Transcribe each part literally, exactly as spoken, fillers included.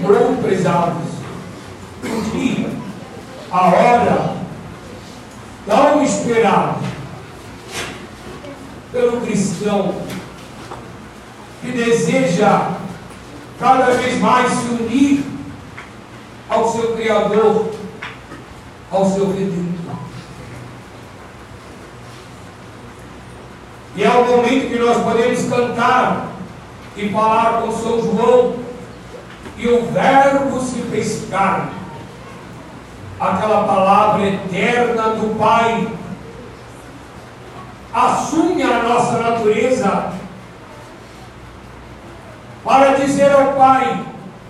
chegou, prezados, o dia, a hora tão esperada pelo cristão que deseja cada vez mais se unir ao seu Criador, ao seu Redentor. E é o momento que nós podemos cantar e falar com São João, e o Verbo se fez carne, aquela palavra eterna do Pai, assume a nossa natureza para dizer ao Pai: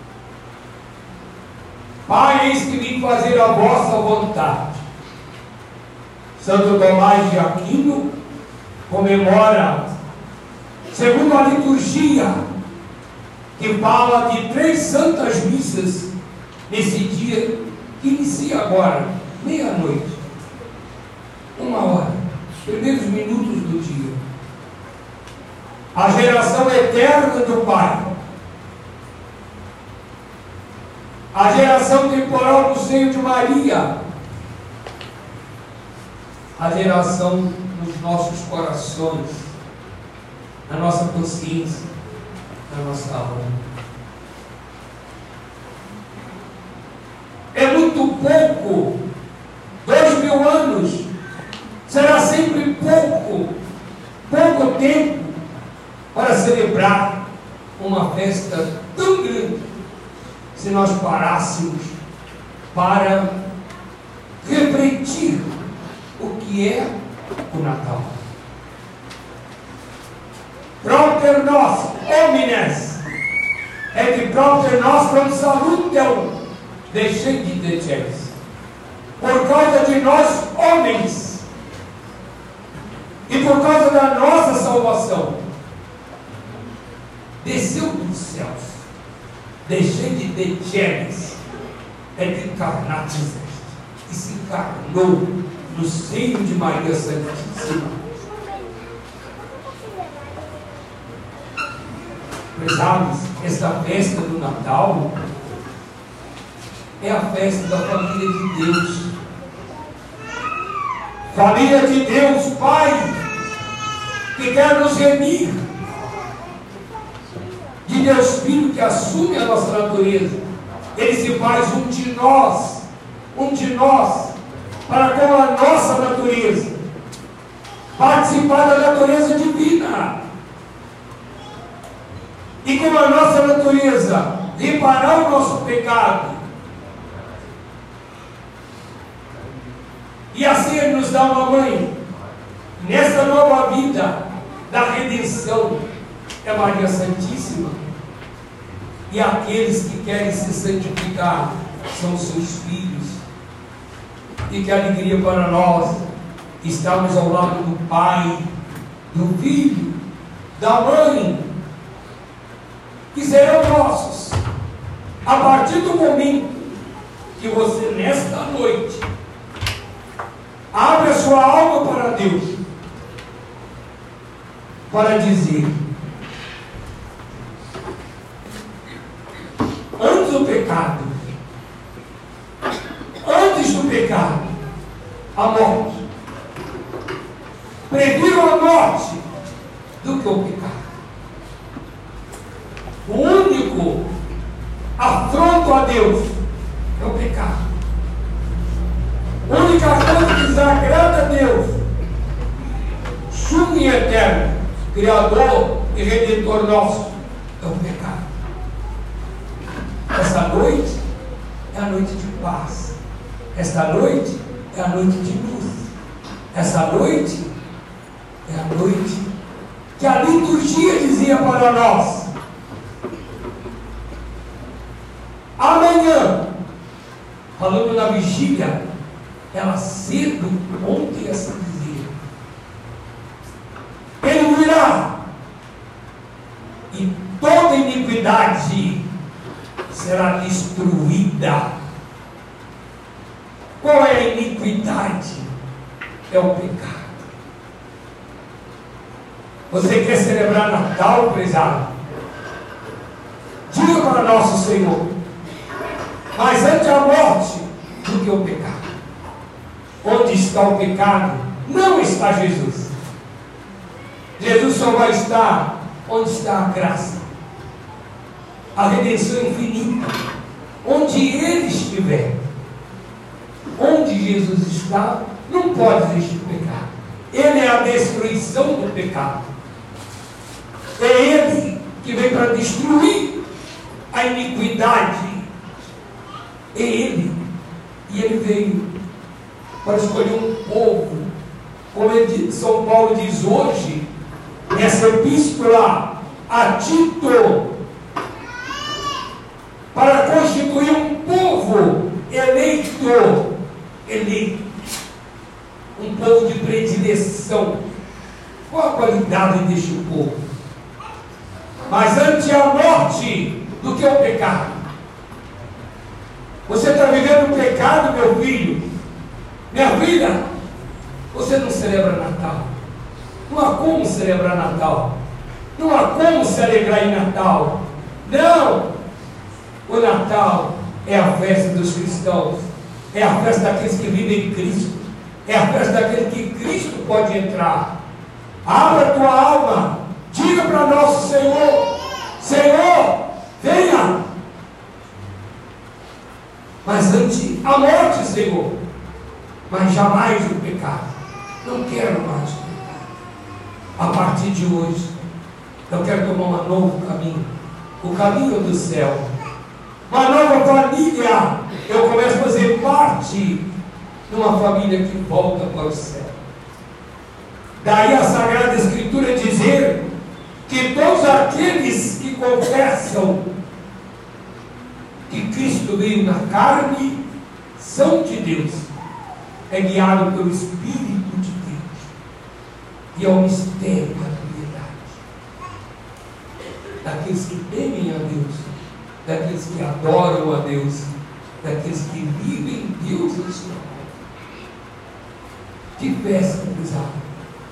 Pai, eis que vim fazer a vossa vontade. Santo Tomás de Aquino comemora, segundo a liturgia, que fala de três santas missas nesse dia que inicia agora, meia-noite, uma hora, os primeiros minutos do dia. A geração eterna do Pai, a geração temporal do seio de Maria, a geração nos nossos corações, na nossa consciência, na nossa alma. É muito pouco, dois mil anos, será sempre pouco, pouco tempo para celebrar uma festa tão grande, se nós parássemos para refletir o que é o Natal. Propter nos homines et propter nostrum salutem descendi de Ceres. Por causa de nós homens e por causa da nossa salvação, desceu dos céus, descendi de Ceres et incarnatus est, e se encarnou no seio de Maria Santíssima. Prezados, esta festa do Natal é a festa da família de Deus. Família de Deus, Pai, que quer nos remir, de Deus Filho, que assume a nossa natureza. Ele se faz um de nós, um de nós, para com a nossa natureza participar da natureza divina, e com a nossa natureza reparar o nosso pecado, e assim Ele nos dá uma mãe nessa nova vida da redenção, é Maria Santíssima. E aqueles que querem se santificar são seus filhos. E que alegria para nós estarmos ao lado do Pai, do Filho, da Mãe, que serão nossos a partir do momento que você, nesta noite, abre a sua alma para Deus, para dizer: antes do pecado, antes do pecado, a morte, prefiro a morte do que o pecado. O único afronto a Deus é o pecado. A única coisa que desagrada a Deus, sumo e eterno, Criador e Redentor nosso, é o pecado. Esta noite é a noite de paz. Esta noite é a noite de luz. Esta noite é a noite que a liturgia dizia para nós: amanhã, falando na vigília, ela cedo, ontem assim dizia, Ele virá e toda iniquidade será destruída. Qual é a iniquidade? É o pecado. Você quer celebrar Natal, prezado? Diga para nosso Senhor: mais ante a morte do que o pecado. Onde está o pecado, não está Jesus. Jesus só vai estar onde está a graça, a redenção infinita, onde Ele estiver. Onde Jesus está, não pode existir pecado. Ele é a destruição do pecado. É Ele que vem para destruir a iniquidade. É Ele. E Ele veio para escolher um povo, como ele, São Paulo diz hoje, nessa epístola a Tito, para constituir um povo eleito, eleito, um povo de predileção. Qual a qualidade deste povo? Mas ante a morte do que o pecado. Você está vivendo o pecado, meu filho, minha filha. Você não celebra Natal. Não há como celebrar Natal. Não há como se alegrar em Natal. Não! O Natal é a festa dos cristãos. É a festa daqueles que vivem em Cristo. É a festa daquele que Cristo pode entrar. Abra a tua alma. Diga para nosso Senhor: Senhor, venha. Mas ante a morte, Senhor. Mas jamais o pecado. Não quero mais o pecado. A partir de hoje, eu quero tomar um novo caminho. O caminho do céu. Uma nova família. Eu começo a fazer parte de uma família que volta para o céu. Daí a Sagrada Escritura dizer que todos aqueles que confessam que Cristo veio na carne são de Deus. É guiado pelo Espírito de Deus. E é o mistério da piedade. Daqueles que temem a Deus, daqueles que adoram a Deus, daqueles que vivem Deus em sua vida. Que festa, pesada.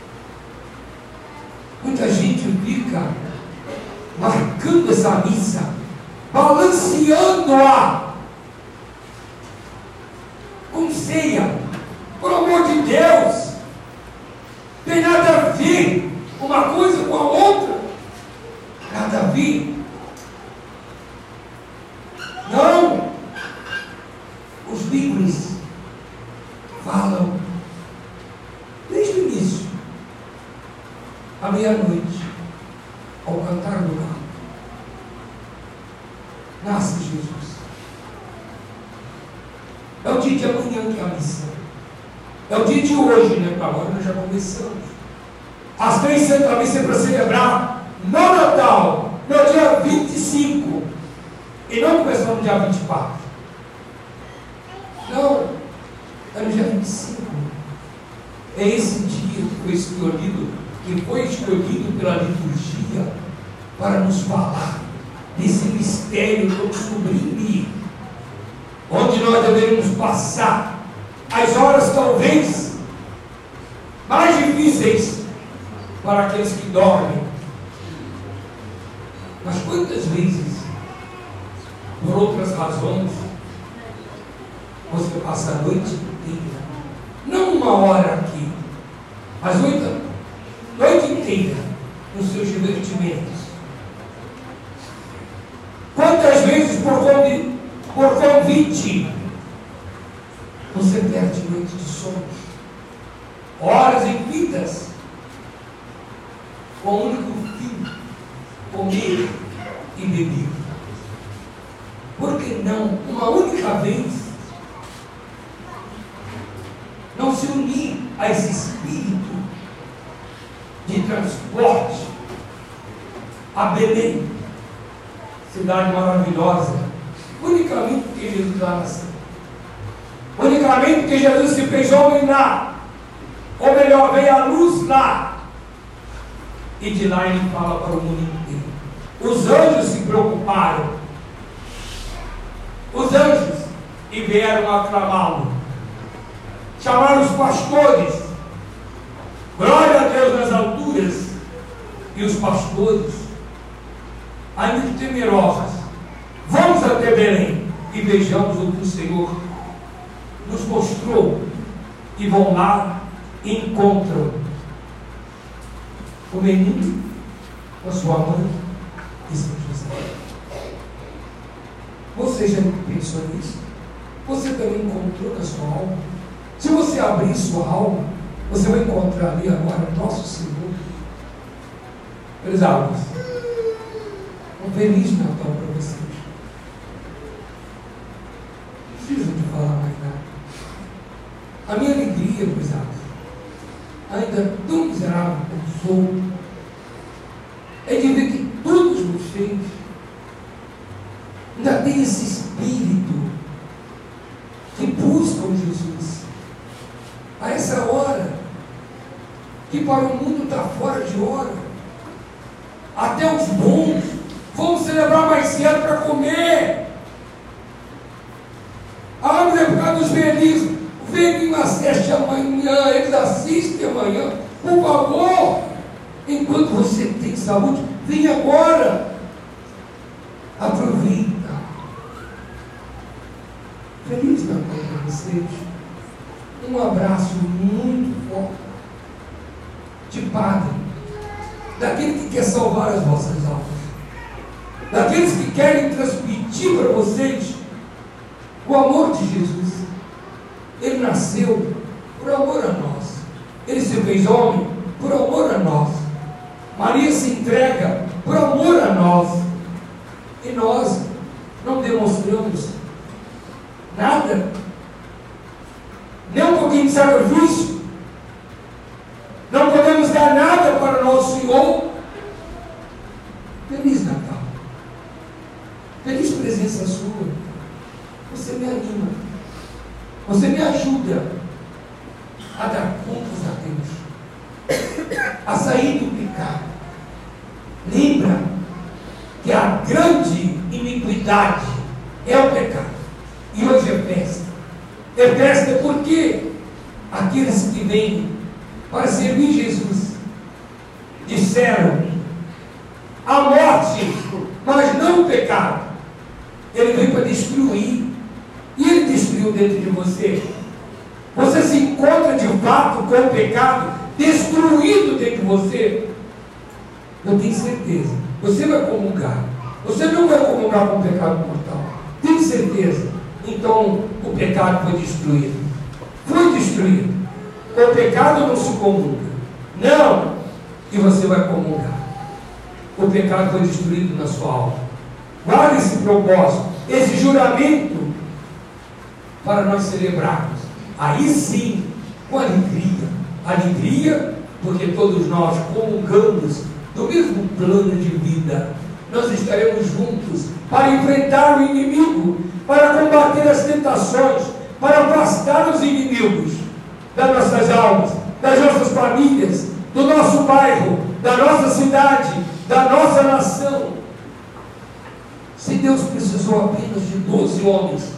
Muita gente fica marcando essa missa, balanceando-a com ceia. Por amor de Deus, tem nada a ver uma coisa com a outra. Nada a ver. Não. Os livros falam desde o início, à meia-noite, ao cantar do galo, nasce Jesus. É o dia de amanhã que é a missa. É o dia de hoje, né? Agora nós já começamos. As três Santas Missas é para celebrar no Natal, no dia vinte e cinco. E não começamos no dia vinte e quatro. Não, é no dia vinte e cinco. É esse dia que foi escolhido, que foi escolhido pela liturgia para nos falar desse mistério tão sublime, onde nós deveríamos passar as horas talvez mais difíceis para aqueles que dormem. Mas quantas vezes, por outras razões, você passa a noite inteira, não uma hora aqui, mas oito, noite inteira nos seus divertimentos? Quantas vezes por convite, por convite você perde noite de sono, horas infinitas, com o único fim: comer e beber? Por que não, uma única vez, não se unir a esse espírito de transporte a Belém, cidade maravilhosa, unicamente porque Jesus lá nasceu, unicamente porque Jesus se fez homem lá, ou melhor, veio a luz lá, e de lá ele fala para o mundo inteiro. Os anjos se preocuparam, os anjos, e vieram aclamá-lo, chamaram os pastores, glória a Deus nas alturas, e os pastores, ainda temerosos, vamos até Belém e vejamos o que o Senhor nos mostrou. E vão lá e encontram o menino com a sua mãe e São José. Você já pensou nisso? Você também encontrou na sua alma? Se você abrir sua alma, você vai encontrar ali agora nosso Senhor. Meus almas, um feliz Natal para vocês. Não preciso de falar mais nada. A minha alegria, meus almas, ainda tão miserável como sou, é de ver que todos vocês ainda têm esse espírito que buscam Jesus. A essa hora, que para o mundo está fora de hora, até os bons vão celebrar mais cedo para comer. Ah, mas é por causa dos velhinhos. O velhinho assiste amanhã, eles assistem amanhã. Por favor, enquanto você tem saúde, vem agora. Aproveita. Feliz Natal para vocês. Um abraço muito forte de Padre, daquele que quer salvar as vossas almas, daqueles que querem transmitir para vocês o amor de Jesus. Ele nasceu por amor a nós, ele se fez homem por amor a nós, Maria se entrega por amor a nós, e nós não demonstramos nada, nem um pouquinho de sacrifício. Não podemos dar nada para o nosso Senhor. Feliz Natal. Feliz presença sua. Você me anima. Você me ajuda a dar contas a Deus, a sair do pecado. Lembra que a grande iniquidade é o pecado. E hoje é festa. É festa porque aqueles que vêm para servir Jesus disseram a morte, mas não o pecado. Ele veio para destruir, e ele destruiu dentro de você. Você se encontra de fato com o pecado destruído dentro de você. Eu tenho certeza, você vai comungar. Você não vai comungar com o pecado mortal. Tenho certeza. Então o pecado foi destruído. Foi destruído. Com o pecado não se comunga. Não. E você vai comungar. O pecado foi destruído na sua alma. Guarde esse propósito, esse juramento, para nós celebrarmos. Aí sim, com alegria. Alegria, porque todos nós comungamos do mesmo plano de vida. Nós estaremos juntos para enfrentar o inimigo, para combater as tentações, para afastar os inimigos das nossas almas, das nossas famílias, do nosso bairro, da nossa cidade, da nossa nação. Se Deus precisou apenas de doze homens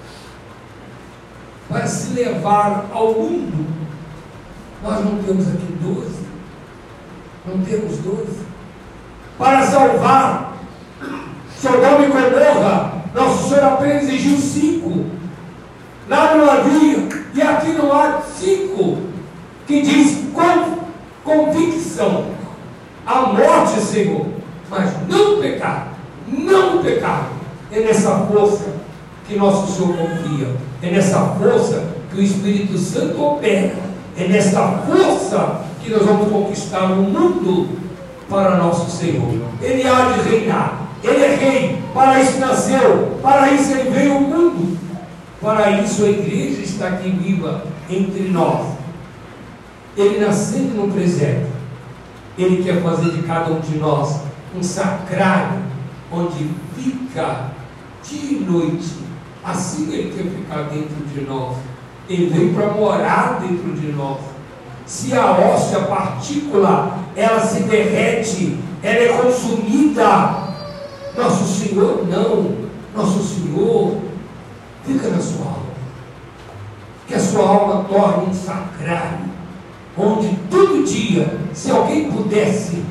para se levar ao mundo, nós não temos aqui doze, não temos doze, para salvar Sodoma e Gomorra, nosso Senhor apenas exigiu cinco. Lá não havia, e aqui não há cinco, que diz com convicção: a morte, Senhor, mas não o pecado, não o pecado. É nessa força que nosso Senhor confia, é nessa força que o Espírito Santo opera, é nessa força que nós vamos conquistar o mundo para nosso Senhor. Ele há de reinar, Ele é rei, para isso nasceu, para isso Ele veio ao mundo, para isso a igreja está aqui viva entre nós. Ele nascendo no presépio, Ele quer fazer de cada um de nós um sacrário, onde fica dia e noite. Assim Ele quer ficar dentro de nós. Ele veio para morar dentro de nós. Se a hóstia, a partícula, ela se derrete, ela é consumida, nosso Senhor não. Nosso Senhor fica na sua alma. Que a sua alma torne um sacrário, onde todo dia, se alguém pudesse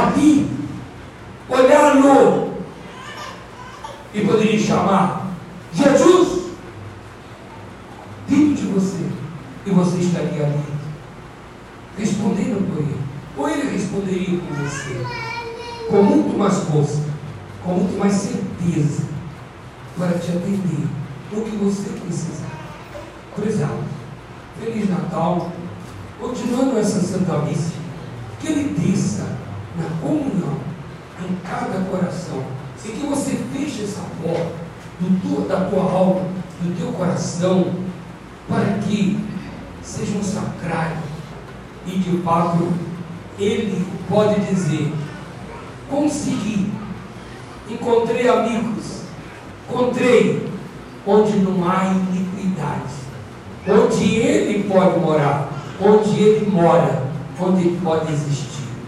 ali olhá-lo, e poderia chamar: Jesus dentro de você, e você estaria ali, respondendo por ele, ou ele responderia por você, com muito mais força, com muito mais certeza, para te atender o que você precisar. Prezado, Feliz Natal, continuando essa Santa Missa, que ele desça na comunhão em cada coração, e que você feche essa porta do tua, da tua alma, do teu coração, para que seja um sacrário, e de fato ele pode dizer: consegui, encontrei amigos, encontrei onde não há iniquidade, onde ele pode morar, onde ele mora, onde ele pode existir.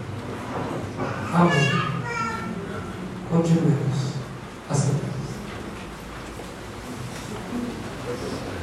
Amém. Continuemos a Santa Missa.